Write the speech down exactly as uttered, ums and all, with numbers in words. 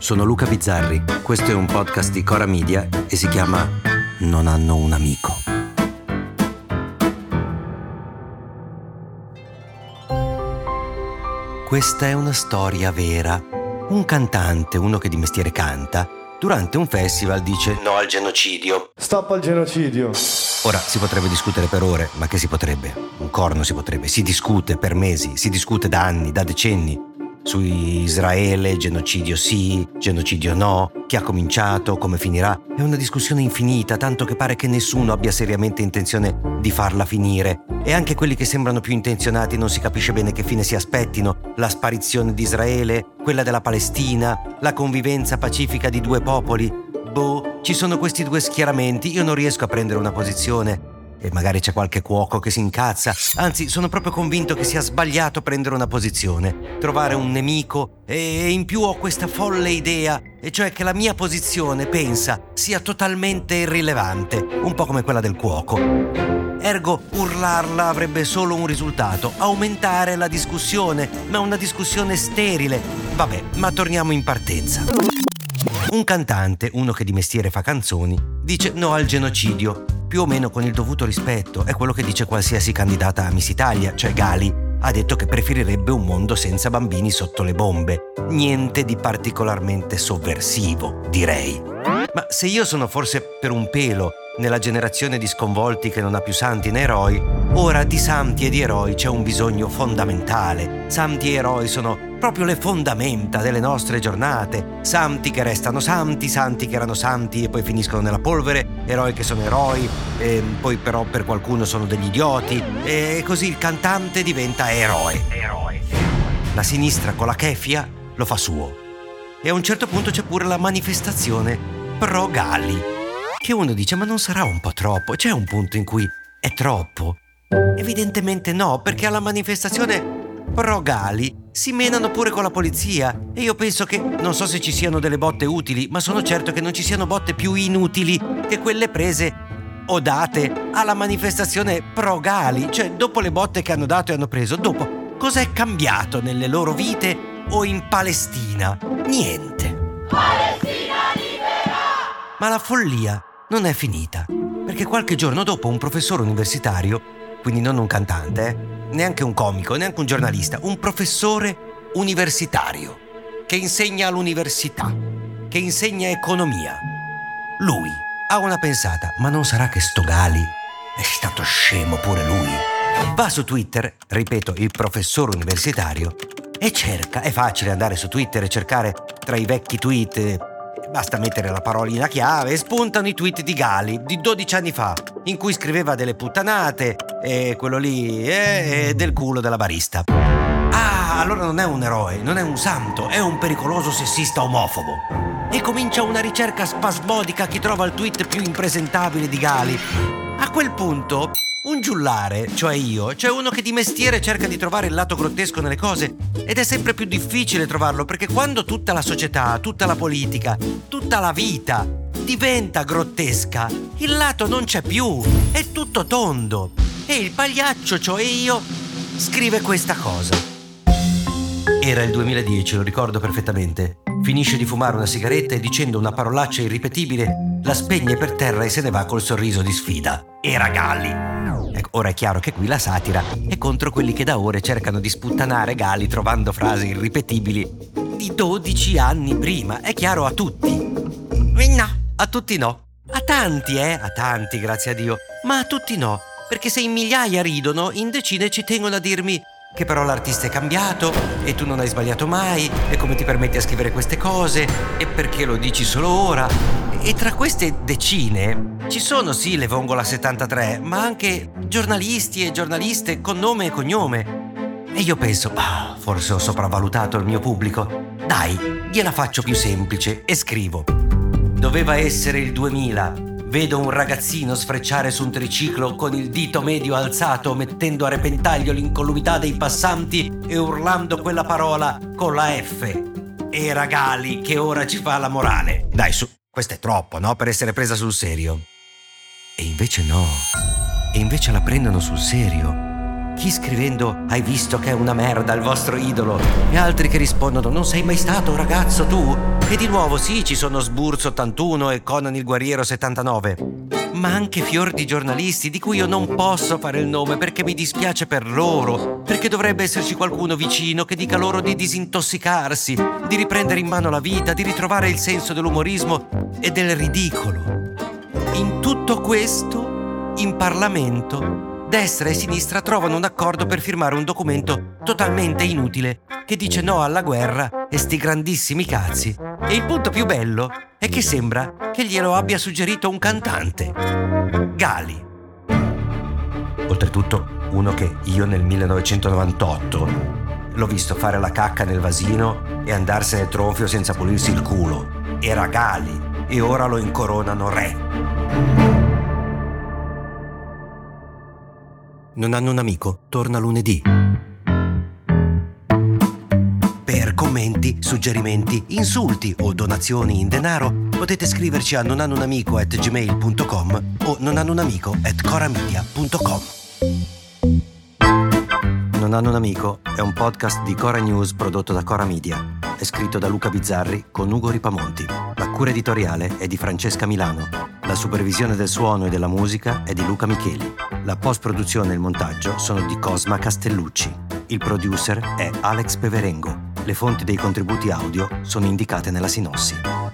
sono Luca Bizzarri, questo è un podcast di Cora Media e si chiama Non hanno un amico. Questa è una storia vera. Un cantante, uno che di mestiere canta, durante un festival dice no al genocidio. Stop al genocidio. Ora, si potrebbe discutere per ore, ma che si potrebbe? Un corno si potrebbe. Si discute per mesi, si discute da anni, da decenni. Su Israele, genocidio sì, genocidio no, chi ha cominciato, come finirà. È una discussione infinita, tanto che pare che nessuno abbia seriamente intenzione di farla finire. E anche quelli che sembrano più intenzionati non si capisce bene che fine si aspettino. La sparizione di Israele, quella della Palestina, la convivenza pacifica di due popoli. Boh, ci sono questi due schieramenti, io non riesco a prendere una posizione. E magari c'è qualche cuoco che si incazza. Anzi, sono proprio convinto che sia sbagliato prendere una posizione, trovare un nemico. E in più ho questa folle idea, e cioè che la mia posizione, pensa, sia totalmente irrilevante, un po' come quella del cuoco. Ergo, urlarla avrebbe solo un risultato: aumentare la discussione, ma una discussione sterile. Vabbè, ma torniamo in partenza. Un cantante, uno che di mestiere fa canzoni, dice no al genocidio, più o meno con il dovuto rispetto. È quello che dice qualsiasi candidata a Miss Italia, cioè Gali. Ha detto che preferirebbe un mondo senza bambini sotto le bombe. Niente di particolarmente sovversivo, direi. Ma se io sono forse per un pelo nella generazione di sconvolti che non ha più santi né eroi, ora di santi e di eroi c'è un bisogno fondamentale. Santi e eroi sono proprio le fondamenta delle nostre giornate. Santi che restano santi, santi che erano santi e poi finiscono nella polvere, eroi che sono eroi, e poi però per qualcuno sono degli idioti, e così il cantante diventa eroe. Eroe. La sinistra con la keffia lo fa suo. E a un certo punto c'è pure la manifestazione pro Gali, che uno dice ma non sarà un po' troppo? C'è un punto in cui è troppo? Evidentemente no, perché alla manifestazione pro Gali si menano pure con la polizia, e io penso che non so se ci siano delle botte utili, ma sono certo che non ci siano botte più inutili che quelle prese o date alla manifestazione pro Gali. Cioè, dopo le botte che hanno dato e hanno preso, dopo cosa è cambiato nelle loro vite o in Palestina? Niente. Palestina libera! Ma la follia non è finita, perché qualche giorno dopo un professore universitario, quindi non un cantante, eh, neanche un comico, neanche un giornalista, un professore universitario che insegna all'università, che insegna economia. Lui ha una pensata: ma non sarà che sto Gali è stato scemo pure lui? Va su Twitter, ripeto, il professore universitario, e cerca. È facile andare su Twitter e cercare tra i vecchi tweet. Basta mettere la parolina chiave e spuntano i tweet di Gali di dodici anni fa, in cui scriveva delle puttanate e quello lì è del culo della barista. Ah, allora non è un eroe, non è un santo, è un pericoloso sessista omofobo. E comincia una ricerca spasmodica a chi trova il tweet più impresentabile di Gali. A quel punto un giullare, cioè io, cioè uno che di mestiere cerca di trovare il lato grottesco nelle cose, ed è sempre più difficile trovarlo, perché quando tutta la società, tutta la politica, tutta la vita diventa grottesca, il lato non c'è più, è tutto tondo. E il pagliaccio, cioè io, scrive questa cosa. Era il duemiladieci, lo ricordo perfettamente. Finisce di fumare una sigaretta e, dicendo una parolaccia irripetibile, la spegne per terra e se ne va col sorriso di sfida. Era Gali. Ecco, ora è chiaro che qui la satira è contro quelli che da ore cercano di sputtanare Gali trovando frasi irripetibili di dodici anni prima. È chiaro a tutti. No, a tutti no. A tanti, eh, a tanti, grazie a Dio. Ma a tutti no, perché se in migliaia ridono, in decine ci tengono a dirmi che però l'artista è cambiato e tu non hai sbagliato mai, e come ti permetti a scrivere queste cose, e perché lo dici solo ora. E tra queste decine ci sono sì le Vongola settantatré, ma anche giornalisti e giornaliste con nome e cognome. E io penso, ah, forse ho sopravvalutato il mio pubblico. Dai, gliela faccio più semplice e scrivo: doveva essere il duemila. Vedo un ragazzino sfrecciare su un triciclo con il dito medio alzato, mettendo a repentaglio l'incolumità dei passanti e urlando quella parola con la F. Era Gali che ora ci fa la morale. Dai, su, questo è troppo, no? Per essere presa sul serio. E invece no. E invece la prendono sul serio. Chi scrivendo "hai visto che è una merda il vostro idolo" e altri che rispondono "non sei mai stato un ragazzo tu?" E di nuovo sì, ci sono Sburzo ottantuno e Conan il Guerriero settantanove, ma anche fior di giornalisti di cui io non posso fare il nome perché mi dispiace per loro, perché dovrebbe esserci qualcuno vicino che dica loro di disintossicarsi, di riprendere in mano la vita, di ritrovare il senso dell'umorismo e del ridicolo. In tutto questo, in Parlamento, destra e sinistra trovano un accordo per firmare un documento totalmente inutile che dice no alla guerra e sti grandissimi cazzi. E il punto più bello è che sembra che glielo abbia suggerito un cantante, Gali. Oltretutto uno che io nel millenovecentonovantotto l'ho visto fare la cacca nel vasino e andarsene tronfio senza pulirsi il culo. Era Gali e ora lo incoronano re. Non hanno un amico? Torna lunedì. Per commenti, suggerimenti, insulti o donazioni in denaro potete scriverci a nonhannounamico at gmail punto com o nonhannounamico at coramedia punto com. Non hanno un amico è un podcast di Cora News prodotto da Cora Media. È scritto da Luca Bizzarri con Ugo Ripamonti. La cura editoriale è di Francesca Milano. La supervisione del suono e della musica è di Luca Micheli. La post-produzione e il montaggio sono di Cosma Castellucci. Il producer è Alex Peverengo. Le fonti dei contributi audio sono indicate nella sinossi.